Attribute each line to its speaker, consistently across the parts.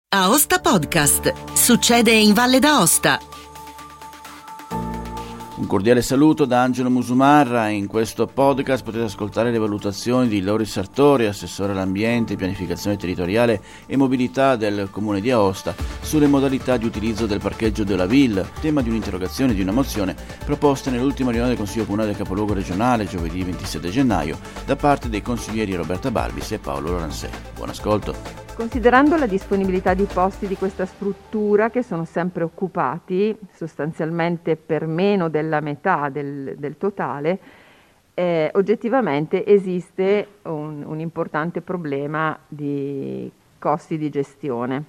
Speaker 1: Aosta Podcast. Succede in Valle d'Aosta.
Speaker 2: Un cordiale saluto da Angelo Musumarra. In questo podcast potete ascoltare le valutazioni di Loris Sartori, assessore all'ambiente, pianificazione territoriale e mobilità del Comune di Aosta, sulle modalità di utilizzo del parcheggio della Ville, tema di un'interrogazione e di una mozione proposta nell'ultima riunione del Consiglio Comunale del Capoluogo Regionale giovedì 27 gennaio da parte dei consiglieri Roberta Balbis e Paolo Lorenzelli. Buon ascolto.
Speaker 3: Considerando la disponibilità di posti di questa struttura, che sono sempre occupati, sostanzialmente per meno della metà del totale, oggettivamente esiste un importante problema di costi di gestione.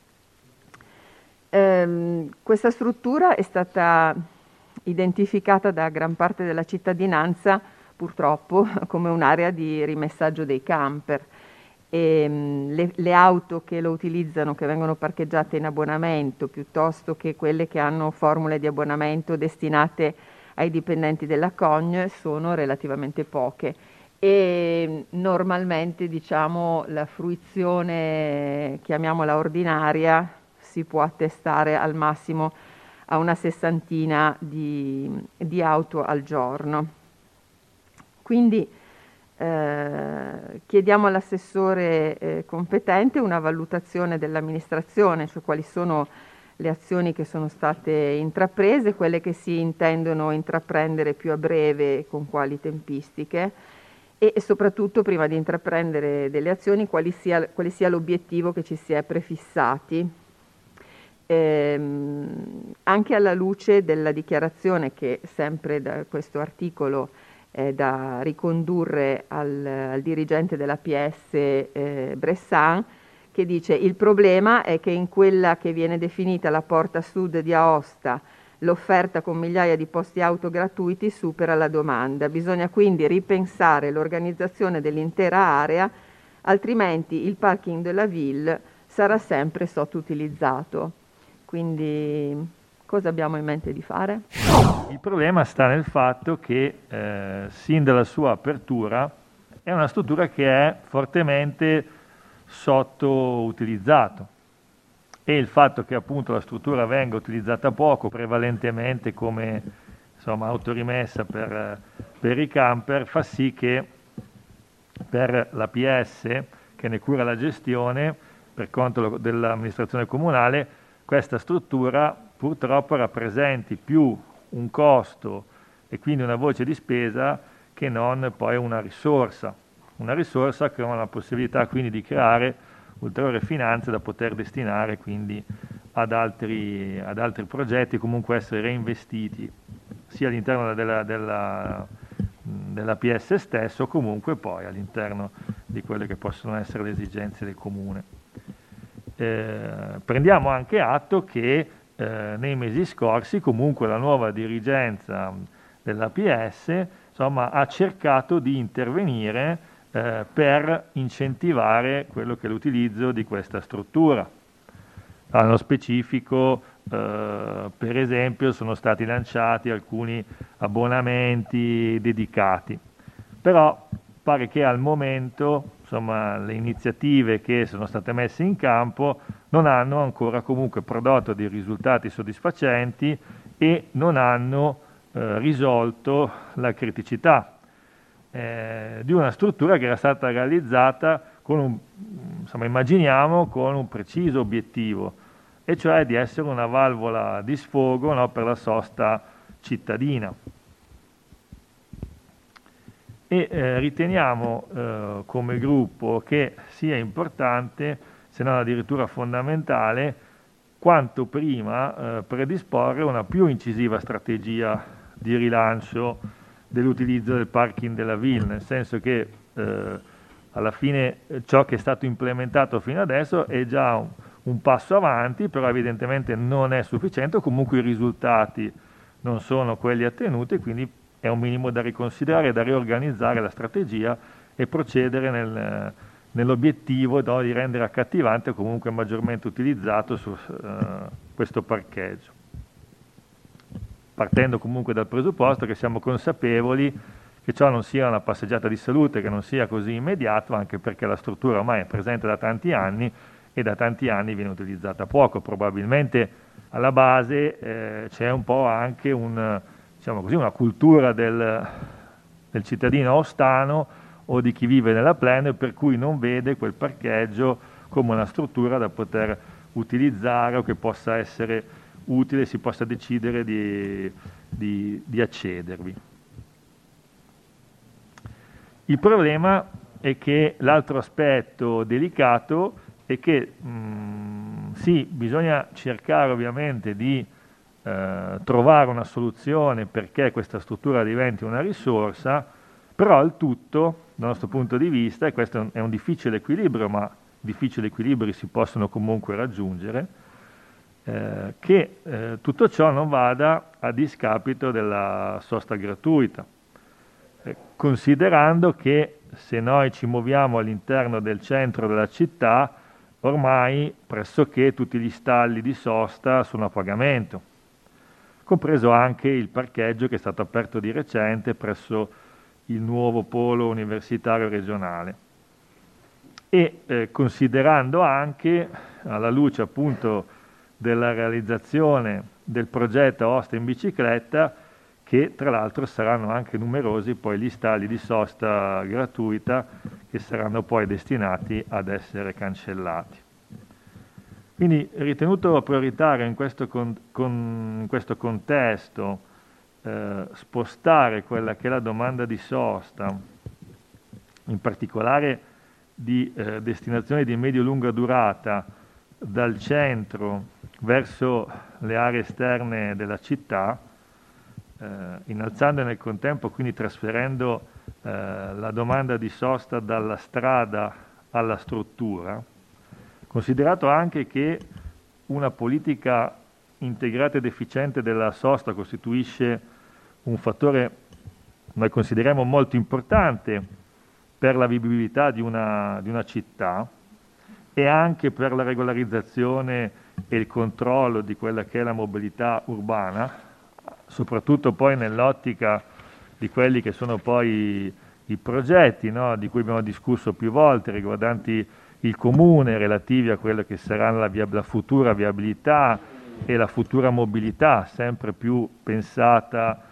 Speaker 3: Questa struttura è stata identificata da gran parte della cittadinanza, purtroppo, come un'area di rimessaggio dei camper. Le auto che lo utilizzano, che vengono parcheggiate in abbonamento, piuttosto che quelle che hanno formule di abbonamento destinate ai dipendenti della COGN, sono relativamente poche e normalmente, diciamo, la fruizione, chiamiamola ordinaria, si può attestare al massimo a una sessantina di auto al giorno. Quindi chiediamo all'assessore competente una valutazione dell'amministrazione, cioè quali sono le azioni che sono state intraprese, quelle che si intendono intraprendere più a breve e con quali tempistiche, e soprattutto, prima di intraprendere delle azioni, quale sia l'obiettivo che ci si è prefissati. Anche alla luce della dichiarazione che sempre da questo articolo da ricondurre al dirigente dell'APS Bressan, che dice: il problema è che in quella che viene definita la porta sud di Aosta l'offerta con migliaia di posti auto gratuiti supera la domanda, bisogna quindi ripensare l'organizzazione dell'intera area, altrimenti il parking della Ville sarà sempre sottoutilizzato. Quindi cosa abbiamo in mente di fare?
Speaker 4: Il problema sta nel fatto che sin dalla sua apertura è una struttura che è fortemente sottoutilizzato, e il fatto che appunto la struttura venga utilizzata poco, prevalentemente come autorimessa per i camper, fa sì che per l'APS, che ne cura la gestione per conto dell'amministrazione comunale, questa struttura purtroppo rappresenti più un costo e quindi una voce di spesa che non poi una risorsa che ha la possibilità quindi di creare ulteriori finanze da poter destinare quindi ad altri progetti, comunque essere reinvestiti sia all'interno dell'APS stesso, comunque poi all'interno di quelle che possono essere le esigenze del comune. Prendiamo anche atto che nei mesi scorsi comunque la nuova dirigenza dell'APS ha cercato di intervenire per incentivare quello che è l'utilizzo di questa struttura. Nello specifico, per esempio, sono stati lanciati alcuni abbonamenti dedicati, però pare che al momento le iniziative che sono state messe in campo non hanno ancora comunque prodotto dei risultati soddisfacenti e non hanno risolto la criticità di una struttura che era stata realizzata con immaginiamo con un preciso obiettivo, e cioè di essere una valvola di sfogo, no, per la sosta cittadina. E riteniamo come gruppo che sia importante, se non addirittura fondamentale, quanto prima predisporre una più incisiva strategia di rilancio dell'utilizzo del parking della Ville, nel senso che alla fine ciò che è stato implementato fino adesso è già un passo avanti, però evidentemente non è sufficiente, o comunque i risultati non sono quelli ottenuti, quindi è un minimo da riconsiderare, da riorganizzare la strategia e procedere nell'obiettivo di rendere accattivante o comunque maggiormente utilizzato su questo parcheggio. Partendo comunque dal presupposto che siamo consapevoli che ciò non sia una passeggiata di salute, che non sia così immediato, anche perché la struttura ormai è presente da tanti anni e da tanti anni viene utilizzata poco. Probabilmente alla base c'è un po' anche diciamo così, una cultura del cittadino ostano o di chi vive nella plaine, per cui non vede quel parcheggio come una struttura da poter utilizzare o che possa essere utile, si possa decidere di accedervi. Il problema è che l'altro aspetto delicato è che sì, bisogna cercare ovviamente di trovare una soluzione perché questa struttura diventi una risorsa, però il tutto, dal nostro punto di vista, e questo è un difficile equilibrio, ma difficili equilibri si possono comunque raggiungere, che tutto ciò non vada a discapito della sosta gratuita, considerando che se noi ci muoviamo all'interno del centro della città, ormai pressoché tutti gli stalli di sosta sono a pagamento, compreso anche il parcheggio che è stato aperto di recente presso il nuovo polo universitario regionale. E considerando anche, alla luce appunto della realizzazione del progetto Aosta in bicicletta, che tra l'altro saranno anche numerosi poi gli stalli di sosta gratuita che saranno poi destinati ad essere cancellati. Quindi ritenuto prioritario in questo contesto spostare quella che è la domanda di sosta, in particolare di destinazione di medio-lunga durata, dal centro verso le aree esterne della città, innalzando nel contempo, quindi trasferendo la domanda di sosta dalla strada alla struttura, considerato anche che una politica integrata ed efficiente della sosta costituisce un fattore, noi consideriamo, molto importante per la vivibilità di una città e anche per la regolarizzazione e il controllo di quella che è la mobilità urbana, soprattutto poi nell'ottica di quelli che sono poi i progetti, no, di cui abbiamo discusso più volte, riguardanti il comune, relativi a quella che sarà la futura viabilità e la futura mobilità, sempre più pensata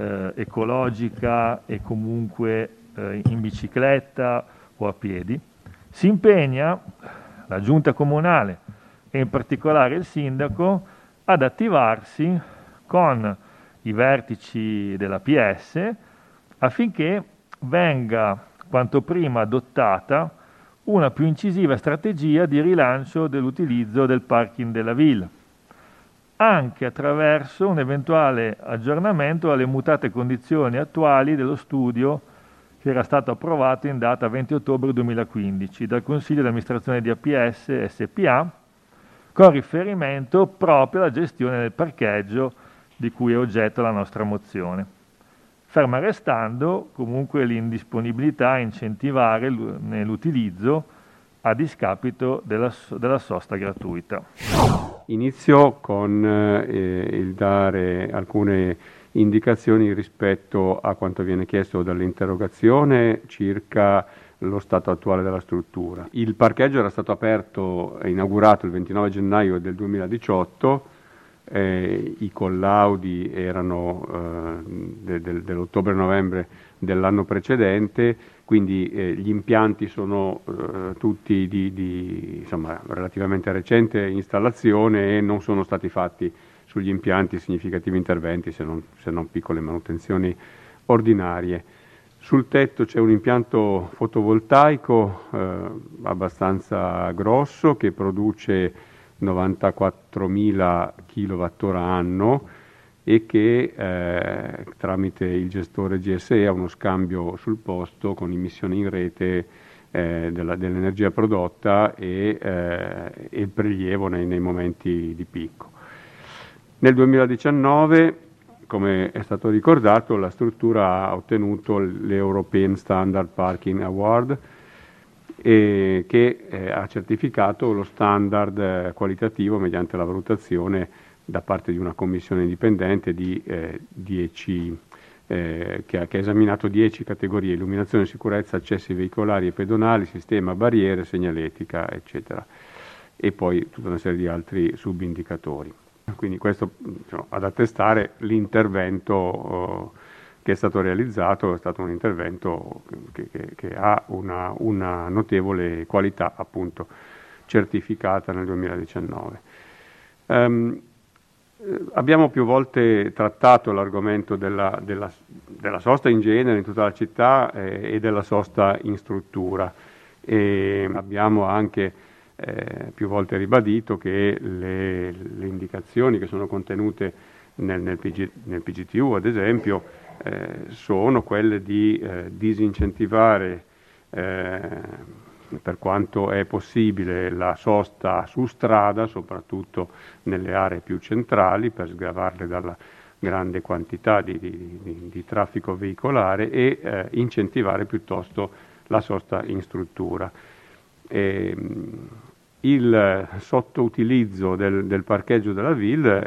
Speaker 4: ecologica e comunque in bicicletta o a piedi. Si impegna la giunta comunale e in particolare il sindaco ad attivarsi con i vertici della PS affinché venga quanto prima adottata una più incisiva strategia di rilancio dell'utilizzo del parking della villa, anche attraverso un eventuale aggiornamento alle mutate condizioni attuali dello studio che era stato approvato in data 20 ottobre 2015 dal Consiglio di amministrazione di APS SPA, con riferimento proprio alla gestione del parcheggio di cui è oggetto la nostra mozione, ferma restando comunque l'indisponibilità a incentivare nell'utilizzo a discapito della sosta gratuita.
Speaker 5: Inizio con il dare alcune indicazioni rispetto a quanto viene chiesto dall'interrogazione circa lo stato attuale della struttura. Il parcheggio era stato aperto e inaugurato il 29 gennaio del 2018, i collaudi erano dell'ottobre-novembre dell'anno precedente, quindi gli impianti sono tutti di relativamente recente installazione e non sono stati fatti sugli impianti significativi interventi se non piccole manutenzioni ordinarie. Sul tetto c'è un impianto fotovoltaico abbastanza grosso che produce 94.000 kWh anno e che tramite il gestore GSE ha uno scambio sul posto con emissione in rete dell'energia prodotta e il prelievo nei momenti di picco. Nel 2019, come è stato ricordato, la struttura ha ottenuto l'European Standard Parking Award che ha certificato lo standard qualitativo mediante la valutazione da parte di una commissione indipendente di 10 che ha esaminato 10 categorie: illuminazione, sicurezza, accessi veicolari e pedonali, sistema, barriere, segnaletica, eccetera. e poi tutta una serie di altri subindicatori. Quindi questo, diciamo, ad attestare l'intervento che è stato realizzato, è stato un intervento che ha una notevole qualità, appunto, certificata nel 2019. Abbiamo più volte trattato l'argomento della sosta in genere in tutta la città e della sosta in struttura, e abbiamo anche più volte ribadito che le indicazioni che sono contenute nel PGTU, ad esempio, sono quelle di disincentivare per quanto è possibile la sosta su strada, soprattutto nelle aree più centrali, per sgravarle dalla grande quantità di traffico veicolare, e incentivare piuttosto la sosta in struttura. Il sottoutilizzo del parcheggio della ville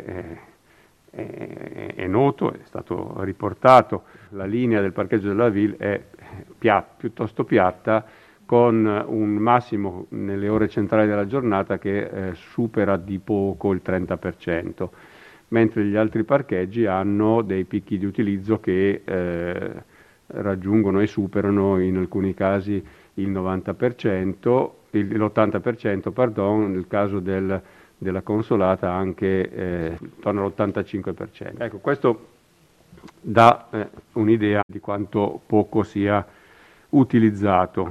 Speaker 5: è noto, è stato riportato. La linea del parcheggio della ville è piuttosto piatta, con un massimo nelle ore centrali della giornata che supera di poco il 30%, mentre gli altri parcheggi hanno dei picchi di utilizzo che raggiungono e superano in alcuni casi il 90%, l'80%, pardon, nel caso della Consolata anche intorno all'85%. Ecco, questo dà un'idea di quanto poco sia utilizzato.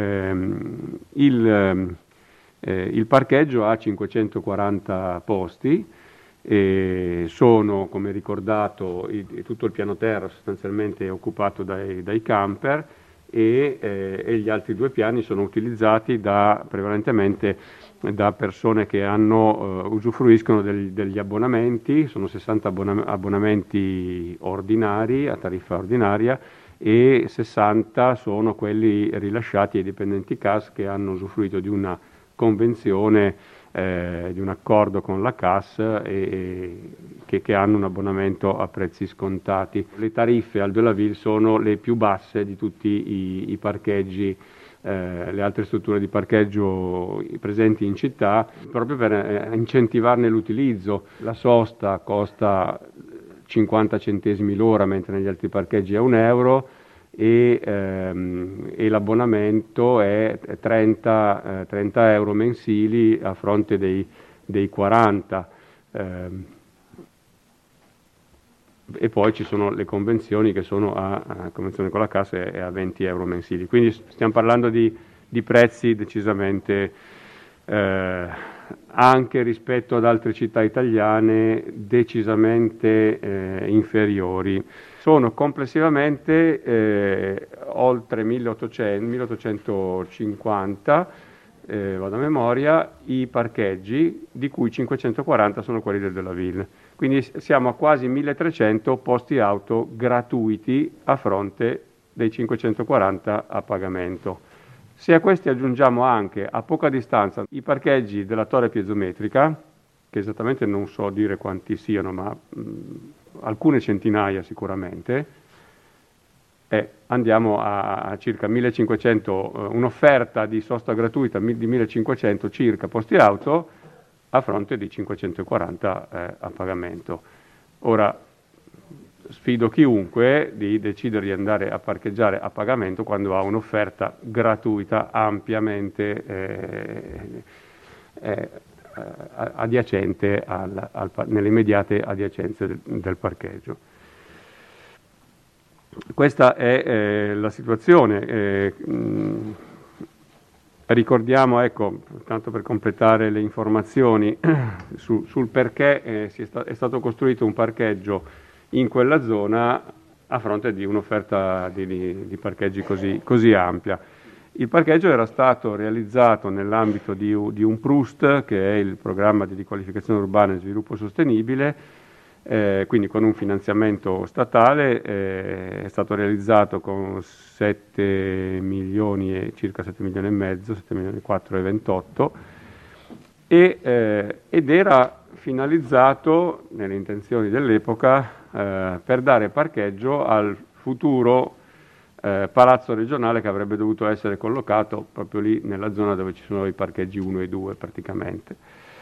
Speaker 5: Il parcheggio ha 540 posti, sono, come ricordato, tutto il piano terra sostanzialmente occupato dai camper, e gli altri due piani sono utilizzati prevalentemente da persone che usufruiscono degli abbonamenti. Sono 60 abbonamenti ordinari, a tariffa ordinaria, e 60 sono quelli rilasciati ai dipendenti CAS che hanno usufruito di una convenzione, di un accordo con la CAS, e che hanno un abbonamento a prezzi scontati. Le tariffe al de la Ville sono le più basse di tutti i parcheggi, le altre strutture di parcheggio presenti in città, proprio per incentivarne l'utilizzo. La sosta costa 50 centesimi l'ora, mentre negli altri parcheggi è €1, e l'abbonamento è 30 euro mensili a fronte dei 40. E poi ci sono le convenzioni che sono a convenzione con la Cassa è a 20 euro mensili. Quindi stiamo parlando di prezzi decisamente, anche rispetto ad altre città italiane, decisamente inferiori. Sono complessivamente oltre 1850, vado a memoria, i parcheggi, di cui 540 sono quelli del de la Ville. Quindi siamo a quasi 1300 posti auto gratuiti a fronte dei 540 a pagamento. Se a questi aggiungiamo anche, a poca distanza, i parcheggi della torre piezometrica, che esattamente non so dire quanti siano, ma alcune centinaia sicuramente, andiamo a circa 1500, un'offerta di sosta gratuita di 1500 circa posti auto a fronte di 540 a pagamento. Ora, sfido chiunque di decidere di andare a parcheggiare a pagamento quando ha un'offerta gratuita ampiamente adiacente nelle immediate adiacenze del parcheggio. Questa è la situazione. Ricordiamo, ecco, tanto per completare le informazioni sul perché è stato costruito un parcheggio in quella zona a fronte di un'offerta di parcheggi così ampia. Il parcheggio era stato realizzato nell'ambito di un PRUST, che è il programma di riqualificazione urbana e sviluppo sostenibile, quindi con un finanziamento statale. È stato realizzato con 7 milioni e circa 7 milioni e mezzo, 7 milioni e 4 e 28, ed era finalizzato, nelle intenzioni dell'epoca, per dare parcheggio al futuro palazzo regionale che avrebbe dovuto essere collocato proprio lì nella zona dove ci sono i parcheggi 1 e 2 praticamente.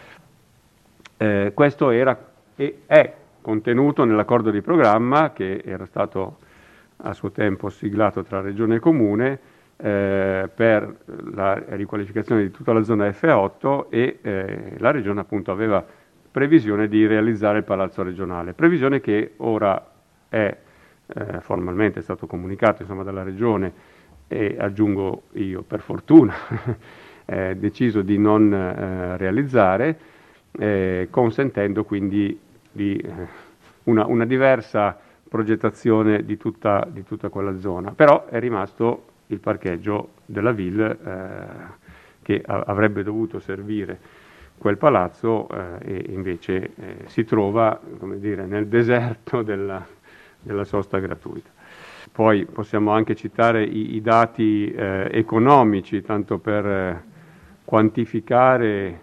Speaker 5: Questo era e è contenuto nell'accordo di programma che era stato a suo tempo siglato tra Regione e Comune per la riqualificazione di tutta la zona F8 e la Regione appunto aveva previsione di realizzare il palazzo regionale, previsione che ora è formalmente è stato comunicato insomma, dalla Regione e aggiungo io per fortuna deciso di non realizzare, consentendo quindi di una diversa progettazione di tutta quella zona. Però è rimasto il parcheggio della Ville che avrebbe dovuto servire quel palazzo e invece si trova, come dire, nel deserto della sosta gratuita. Poi possiamo anche citare i dati economici, tanto per quantificare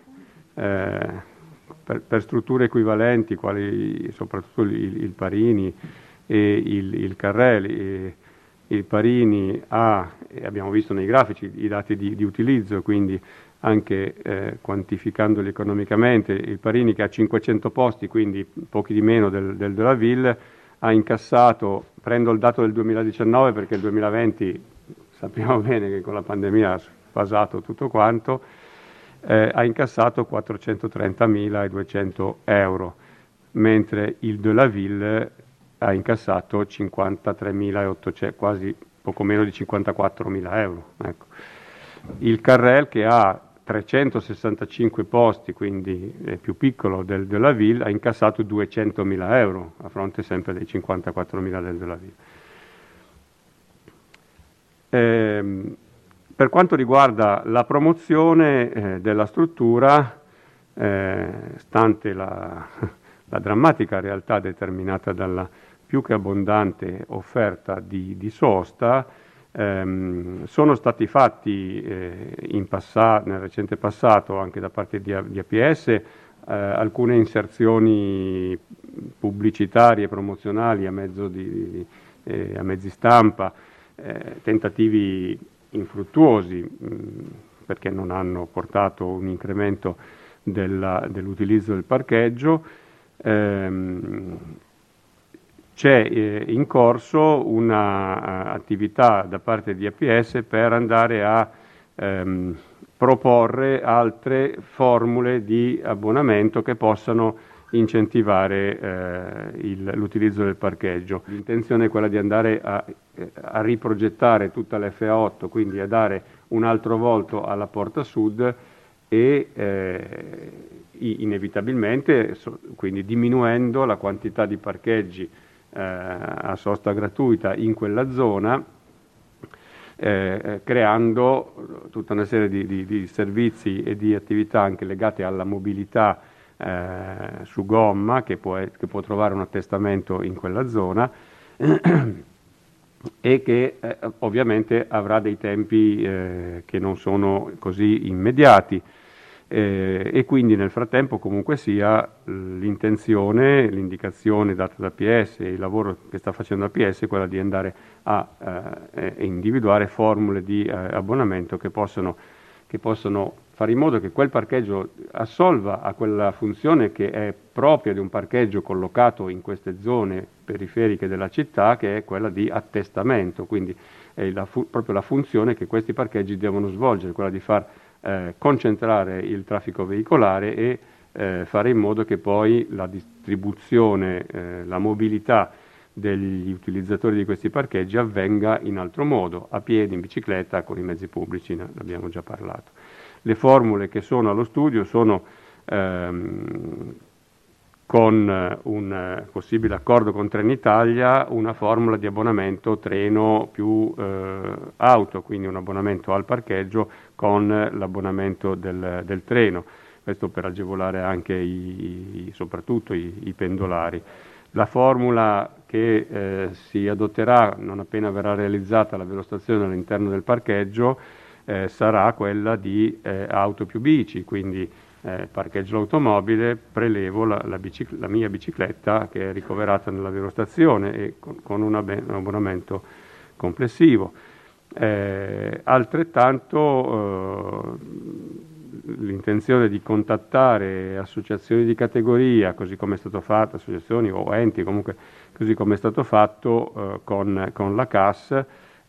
Speaker 5: per strutture equivalenti, quali soprattutto il Parini e il Carrel. Il Parini ha, abbiamo visto nei grafici, i dati di utilizzo, quindi anche quantificandoli economicamente, il Parini che ha 500 posti, quindi pochi di meno della Ville, ha incassato, prendo il dato del 2019 perché il 2020 sappiamo bene che con la pandemia ha sfasato tutto quanto, ha incassato 430.200 euro, mentre il de la Ville ha incassato 53.800, quasi poco meno di 54.000 euro. Ecco. Il Carrel che ha 365 posti, quindi è più piccolo del de la Ville, ha incassato 200.000 euro, a fronte sempre dei 54.000 del de la Ville. Per quanto riguarda la promozione della struttura, stante la drammatica realtà determinata dalla più che abbondante offerta di sosta, sono stati fatti nel recente passato anche da parte di APS alcune inserzioni pubblicitarie promozionali a mezzi stampa, tentativi infruttuosi perché non hanno portato un incremento dell'utilizzo del parcheggio. C'è in corso un'attività da parte di APS per andare a proporre altre formule di abbonamento che possano incentivare l'utilizzo del parcheggio. L'intenzione è quella di andare a riprogettare tutta l'F8, quindi a dare un altro volto alla porta sud e inevitabilmente quindi diminuendo la quantità di parcheggi a sosta gratuita in quella zona, creando tutta una serie di servizi e di attività anche legate alla mobilità su gomma che può trovare un attestamento in quella zona e che ovviamente avrà dei tempi che non sono così immediati. E quindi nel frattempo comunque sia l'intenzione, l'indicazione data da APS e il lavoro che sta facendo APS è quella di andare a individuare formule di abbonamento che possono fare in modo che quel parcheggio assolva a quella funzione che è propria di un parcheggio collocato in queste zone periferiche della città, che è quella di attestamento, quindi è proprio la funzione che questi parcheggi devono svolgere, quella di far concentrare il traffico veicolare e fare in modo che poi la distribuzione, la mobilità degli utilizzatori di questi parcheggi avvenga in altro modo, a piedi, in bicicletta, con i mezzi pubblici, ne abbiamo già parlato. Le formule che sono allo studio sono con un possibile accordo con Trenitalia, una formula di abbonamento treno più auto, quindi un abbonamento al parcheggio con l'abbonamento del treno, questo per agevolare anche soprattutto i pendolari. La formula che si adotterà non appena verrà realizzata la velostazione all'interno del parcheggio sarà quella di auto più bici, quindi parcheggio l'automobile, prelevo la mia bicicletta che è ricoverata nella velostazione e con un abbonamento complessivo. Altrettanto l'intenzione di contattare associazioni di categoria, così come è stato fatto, associazioni o enti comunque, così come è stato fatto con la CAS,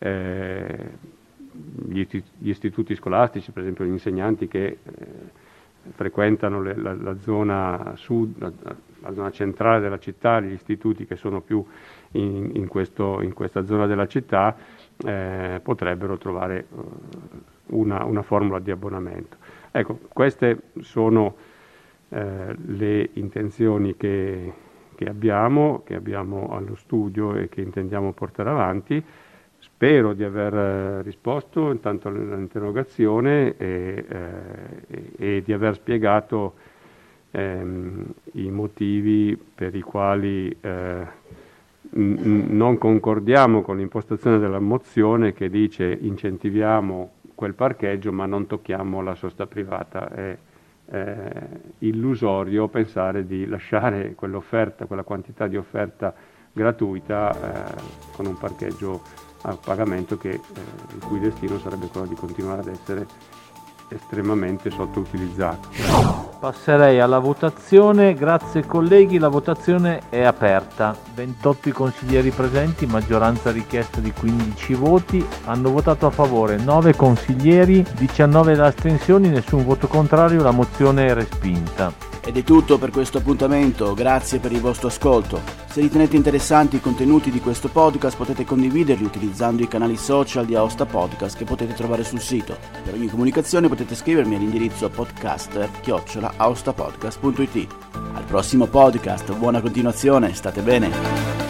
Speaker 5: gli istituti scolastici, per esempio gli insegnanti che frequentano la zona sud, la zona centrale della città, gli istituti che sono più in questa zona della città, potrebbero trovare una formula di abbonamento. Ecco, queste sono le intenzioni che abbiamo allo studio e che intendiamo portare avanti. Spero di aver risposto intanto all'interrogazione e di aver spiegato i motivi per i quali non concordiamo con l'impostazione della mozione che dice incentiviamo quel parcheggio ma non tocchiamo la sosta privata. È illusorio pensare di lasciare quell'offerta, quella quantità di offerta gratuita con un parcheggio a pagamento il cui destino sarebbe quello di continuare ad essere estremamente sottoutilizzato.
Speaker 6: Passerei alla votazione. Grazie colleghi, la votazione è aperta. 28 i consiglieri presenti, maggioranza richiesta di 15 voti, hanno votato a favore 9 consiglieri, 19 le astensioni, nessun voto contrario, la mozione è respinta.
Speaker 2: Ed è tutto per questo appuntamento, grazie per il vostro ascolto. Se ritenete interessanti i contenuti di questo podcast potete condividerli utilizzando i canali social di Aosta Podcast che potete trovare sul sito. Per ogni comunicazione potete scrivermi all'indirizzo podcaster@aostapodcast.it. Al prossimo podcast, buona continuazione, state bene!